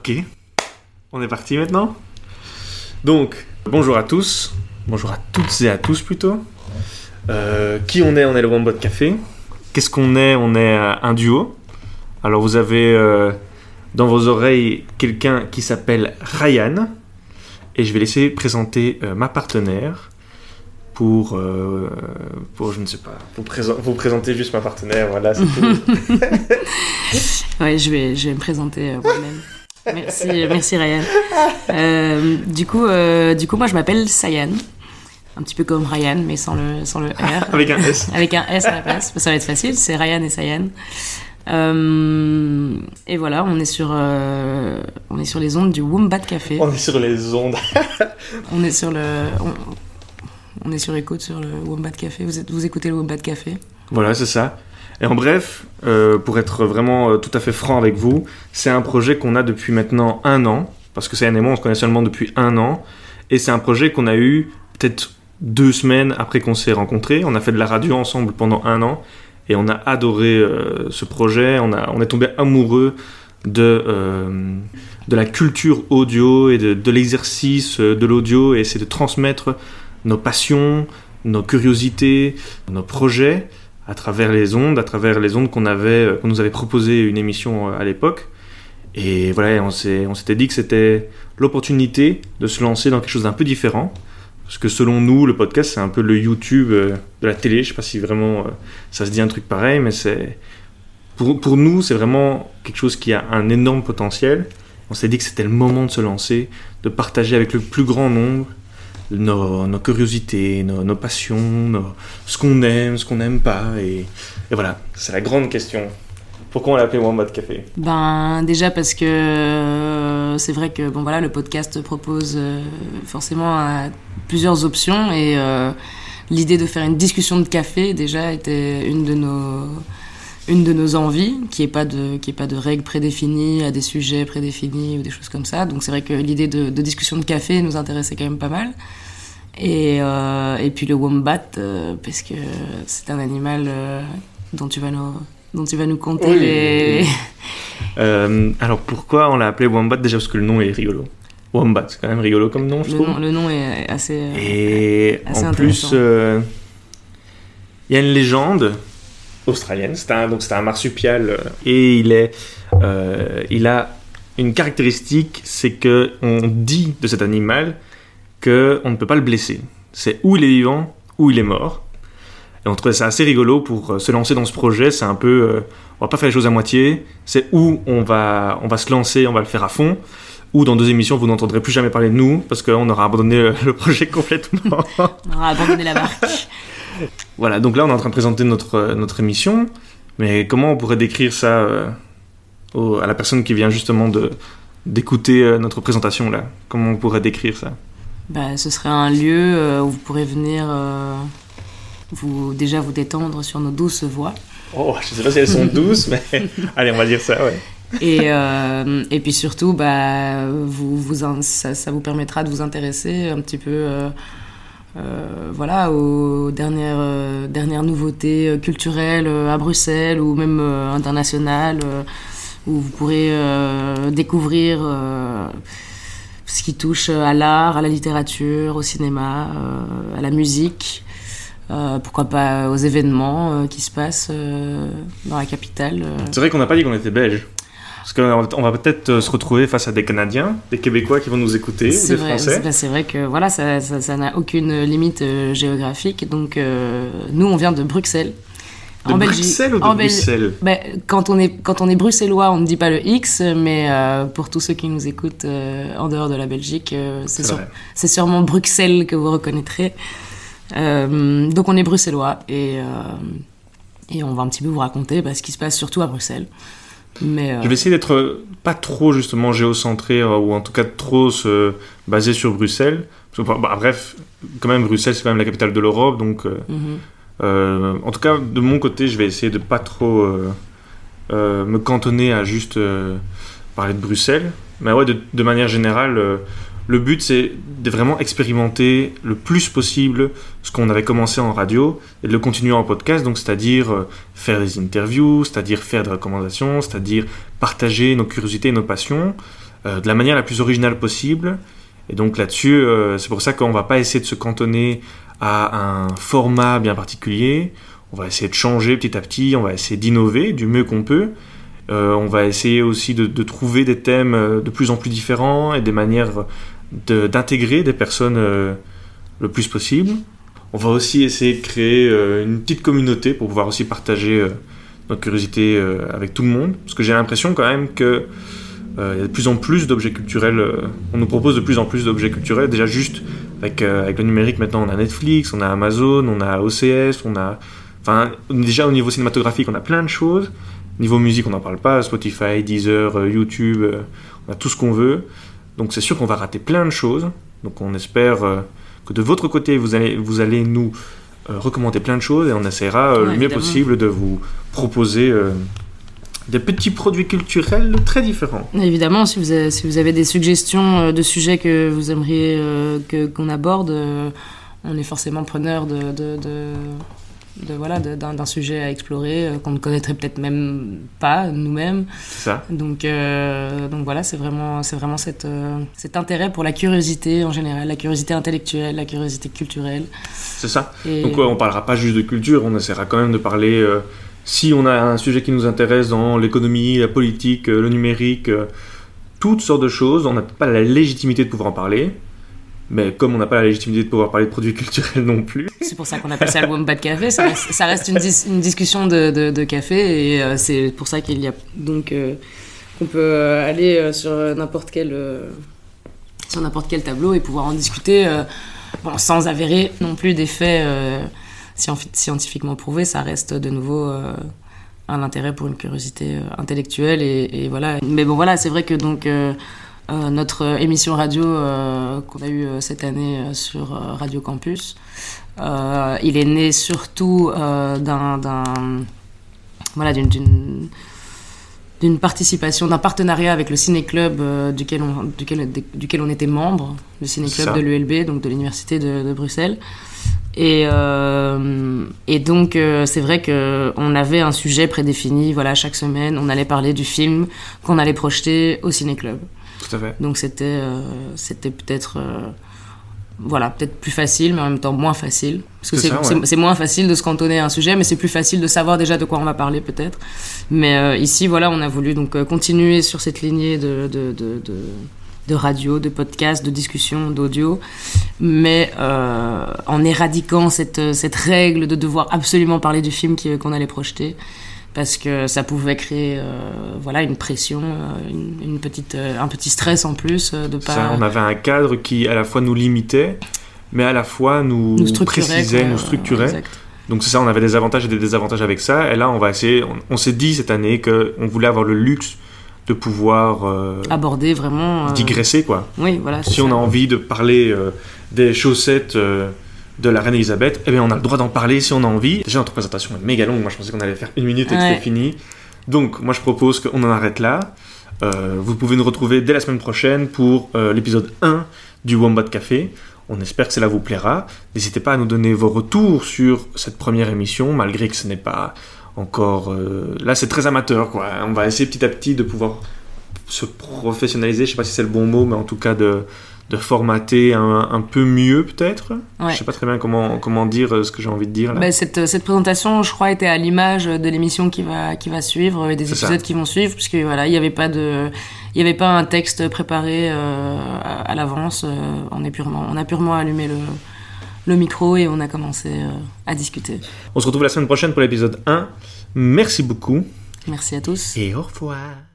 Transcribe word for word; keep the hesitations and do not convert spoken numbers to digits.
Ok, on est parti maintenant. Donc, bonjour à tous, bonjour à toutes et à tous plutôt. Euh, qui on est? On est le Wombat Café. Qu'est-ce qu'on est? On est euh, un duo. Alors vous avez euh, dans vos oreilles quelqu'un qui s'appelle Ryan. Et je vais laisser présenter euh, ma partenaire pour, euh, pour, je ne sais pas, pour présen- vous présenter juste ma partenaire, voilà, c'est tout. Ouais, je vais, je vais me présenter euh, moi-même. Merci, merci Ryan. Euh, du coup, euh, du coup, moi je m'appelle Sayan, un petit peu comme Ryan, mais sans le, sans le R. Avec un S. Avec un S à la place, ça va être facile, c'est Ryan et Sayan. Euh, et voilà, on est sur, euh, on est sur les ondes du Wombat Café. On est sur les ondes. On est sur le, on, on est sur écoute sur le Wombat Café. Vous êtes, vous écoutez le Wombat Café. Voilà, c'est ça. Et en bref, euh, pour être vraiment euh, tout à fait franc avec vous, c'est un projet qu'on a depuis maintenant un an, parce que Sayan et moi, on se connaît seulement depuis un an, et c'est un projet qu'on a eu peut-être deux semaines après qu'on s'est rencontrés. On a fait de la radio ensemble pendant un an, et on a adoré euh, ce projet. On, a, on est tombé amoureux de, euh, de la culture audio et de, de l'exercice de l'audio, et c'est de transmettre nos passions, nos curiosités, nos projets à travers les ondes, à travers les ondes qu'on avait, qu'on nous avait proposé une émission à l'époque. Et voilà, on, s'est, on s'était dit que c'était l'opportunité de se lancer dans quelque chose d'un peu différent. Parce que selon nous, le podcast, c'est un peu le YouTube de la télé. Je sais pas si vraiment ça se dit un truc pareil, mais c'est... Pour, pour nous, c'est vraiment quelque chose qui a un énorme potentiel. On s'est dit que c'était le moment de se lancer, de partager avec le plus grand nombre Nos, nos curiosités, nos, nos passions, nos, ce qu'on aime, ce qu'on n'aime pas. Et, et voilà, c'est la grande question. Pourquoi on l'a appelé Wombat Café? Ben, déjà parce que euh, c'est vrai que bon, voilà, le podcast propose euh, forcément euh, plusieurs options. Et euh, l'idée de faire une discussion de café, déjà, était une de nos, une de nos envies, qu'il n'y ait pas de, qu'il y ait pas de règles prédéfinies à des sujets prédéfinis ou des choses comme ça. Donc c'est vrai que l'idée de, de discussion de café nous intéressait quand même pas mal. Et, euh, et puis le wombat, euh, parce que c'est un animal euh, dont tu vas nous, dont tu vas nous conter oui, les... oui. euh, alors pourquoi on l'a appelé Wombat? Déjà parce que le nom est rigolo. Wombat, c'est quand même rigolo comme nom, je le trouve. Nom, le nom est assez Et assez en plus, il euh, y a une légende australienne. C'est un, donc c'est un marsupial euh, et il, est, euh, il a une caractéristique, c'est qu'on dit de cet animal qu'on ne peut pas le blesser. C'est ou il est vivant, ou il est mort. Et on trouvait ça assez rigolo pour euh, se lancer dans ce projet. C'est un peu... Euh, on va pas faire les choses à moitié. C'est où on va, on va se lancer, on va le faire à fond. Ou dans deux émissions, vous n'entendrez plus jamais parler de nous, parce qu'on aura abandonné le, le projet complètement. On aura abandonné la barque. Voilà, donc là, on est en train de présenter notre, notre émission. Mais comment on pourrait décrire ça euh, au, à la personne qui vient justement de, d'écouter euh, notre présentation, là? Comment on pourrait décrire ça? Bah, ce serait un lieu euh, où vous pourrez venir euh, vous, déjà vous détendre sur nos douces voix. Oh, je sais pas si elles sont douces, mais allez, on va dire ça, ouais. Et, euh, et puis surtout, bah, vous, vous, ça, ça vous permettra de vous intéresser un petit peu euh, euh, voilà, aux dernières, euh, dernières nouveautés culturelles à Bruxelles ou même euh, internationales, euh, où vous pourrez euh, découvrir... Euh, ce qui touche à l'art, à la littérature, au cinéma, euh, à la musique, euh, pourquoi pas aux événements euh, qui se passent euh, dans la capitale. Euh. C'est vrai qu'on n'a pas dit qu'on était belges. Parce qu'on va peut-être se retrouver face à des Canadiens, des Québécois qui vont nous écouter, c'est ou des vrai, Français. C'est, c'est vrai que voilà, ça, ça, ça n'a aucune limite euh, géographique. Donc euh, nous, on vient de Bruxelles. De en Bruxelles Belgique, ou de en Bruxelles? Bel... bah, quand, on est, quand on est bruxellois, on ne dit pas le X, mais euh, pour tous ceux qui nous écoutent euh, en dehors de la Belgique, euh, c'est, c'est, sur... c'est sûrement Bruxelles que vous reconnaîtrez. Euh, donc on est bruxellois et, euh, et on va un petit peu vous raconter bah, ce qui se passe surtout à Bruxelles. Mais, euh... Je vais essayer d'être pas trop justement géocentré euh, ou en tout cas trop se baser sur Bruxelles. Parce que, bah, bref, quand même Bruxelles c'est quand même la capitale de l'Europe, donc... Euh... Mm-hmm. Euh, en tout cas, de mon côté, je vais essayer de pas trop euh, euh, me cantonner à juste euh, parler de Bruxelles. Mais ouais, de, de manière générale, euh, le but, c'est de vraiment expérimenter le plus possible ce qu'on avait commencé en radio et de le continuer en podcast. Donc, c'est-à-dire euh, faire des interviews, c'est-à-dire faire des recommandations, c'est-à-dire partager nos curiosités et nos passions. euh, de la manière la plus originale possible. Et donc là-dessus, euh, c'est pour ça qu'on va pas essayer de se cantonner à un format bien particulier. On va essayer de changer petit à petit, on va essayer d'innover du mieux qu'on peut. Euh, on va essayer aussi de, de trouver des thèmes de plus en plus différents et des manières de, d'intégrer des personnes euh, le plus possible. On va aussi essayer de créer euh, une petite communauté pour pouvoir aussi partager euh, notre curiosité euh, avec tout le monde. Parce que j'ai l'impression quand même qu'il euh, y a de plus en plus d'objets culturels. Euh, on nous propose de plus en plus d'objets culturels. Déjà juste avec, euh, avec le numérique, maintenant on a Netflix, on a Amazon, on a O C S, on a... Enfin, déjà au niveau cinématographique, on a plein de choses. Niveau musique, on n'en parle pas. Spotify, Deezer, euh, YouTube, euh, on a tout ce qu'on veut. Donc c'est sûr qu'on va rater plein de choses. Donc on espère... Euh, que de votre côté, vous allez, vous allez nous euh, recommander plein de choses et on essaiera euh, ouais, le mieux évidemment. possible de vous proposer euh, des petits produits culturels très différents. Évidemment, si vous avez, si vous avez des suggestions euh, de sujets que vous aimeriez euh, que, qu'on aborde, euh, on est forcément preneur de, de, de, de, voilà, de, d'un, d'un sujet à explorer euh, qu'on ne connaîtrait peut-être même pas nous-mêmes. C'est ça. Donc, euh, donc voilà, c'est vraiment, c'est vraiment cette, euh, cet intérêt pour la curiosité en général, la curiosité intellectuelle, la curiosité culturelle. C'est ça. Et... Donc ouais, on parlera pas juste de culture, on essaiera quand même de parler, euh, si on a un sujet qui nous intéresse dans l'économie, la politique, euh, le numérique, euh, toutes sortes de choses, on n'a pas la légitimité de pouvoir en parler. Mais comme on n'a pas la légitimité de pouvoir parler de produits culturels non plus. C'est pour ça qu'on appelle ça le Wombat Café. Ça reste, ça reste une, dis, une discussion de, de, de café. Et euh, c'est pour ça qu'il y a donc euh, qu'on peut aller euh, sur n'importe quel euh, sur n'importe quel tableau et pouvoir en discuter euh, bon, sans avérer non plus des faits euh, scientifiquement prouvés. Ça reste de nouveau euh, un intérêt pour une curiosité euh, intellectuelle et, et voilà. Mais bon voilà, c'est vrai que donc euh, Euh, notre émission radio euh, qu'on a eue euh, cette année euh, sur euh, Radio Campus, euh, il est né surtout euh, d'un, d'un, voilà, d'une, d'une, d'une participation, d'un partenariat avec le ciné-club euh, duquel, on, duquel, duquel on était membre, le ciné-club de l'U L B, donc de l'Université de, de Bruxelles. Et, euh, et donc, euh, c'est vrai qu'on avait un sujet prédéfini, voilà, chaque semaine, on allait parler du film qu'on allait projeter au ciné-club. Tout à fait. Donc c'était, euh, c'était peut-être, euh, voilà, peut-être plus facile, mais en même temps moins facile. Parce que c'est, c'est, ça, ouais. c'est, c'est moins facile de se cantonner à un sujet, mais c'est plus facile de savoir déjà de quoi on va parler peut-être. Mais euh, ici, voilà, on a voulu donc euh, continuer sur cette lignée de, de, de, de, de radio, de podcast, de discussion, d'audio, mais euh, en éradiquant cette, cette règle de devoir absolument parler du film qui, qu'on allait projeter. Parce que ça pouvait créer euh, voilà, une pression, euh, une, une petite, euh, un petit stress en plus. Euh, de pas... Ça, on avait un cadre qui à la fois nous limitait, mais à la fois nous, nous précisait, quoi, nous structurait. Euh, Donc c'est ça, on avait des avantages et des désavantages avec ça. Et là, on va essayer. On, on s'est dit cette année qu'on voulait avoir le luxe de pouvoir euh, aborder vraiment. Euh... digresser, quoi. Oui, voilà. Si on ça. a envie de parler euh, des chaussettes. Euh, de la reine Elisabeth, eh bien on a le droit d'en parler si on a envie. Déjà notre présentation est méga longue, moi je pensais qu'on allait faire une minute et que ouais. c'était fini. Donc moi je propose qu'on en arrête là. Euh, vous pouvez nous retrouver dès la semaine prochaine pour euh, l'épisode un du Wombat Café. On espère que cela vous plaira. N'hésitez pas à nous donner vos retours sur cette première émission, malgré que ce n'est pas encore... Euh... Là c'est très amateur, quoi. On va essayer petit à petit de pouvoir se professionnaliser, je sais pas si c'est le bon mot, mais en tout cas de... de formater un, un peu mieux peut-être. Ouais. Je sais pas très bien comment, comment dire ce que j'ai envie de dire là. Bah, cette, cette présentation, je crois, était à l'image de l'émission qui va, qui va suivre et des c'est épisodes ça. Qui vont suivre, puisque voilà, il n'y avait pas de, il y avait pas un texte préparé euh, à, à l'avance. Euh, on est purement, on a purement allumé le, le micro et on a commencé euh, à discuter. On se retrouve la semaine prochaine pour l'épisode un. Merci beaucoup. Merci à tous. Et au revoir.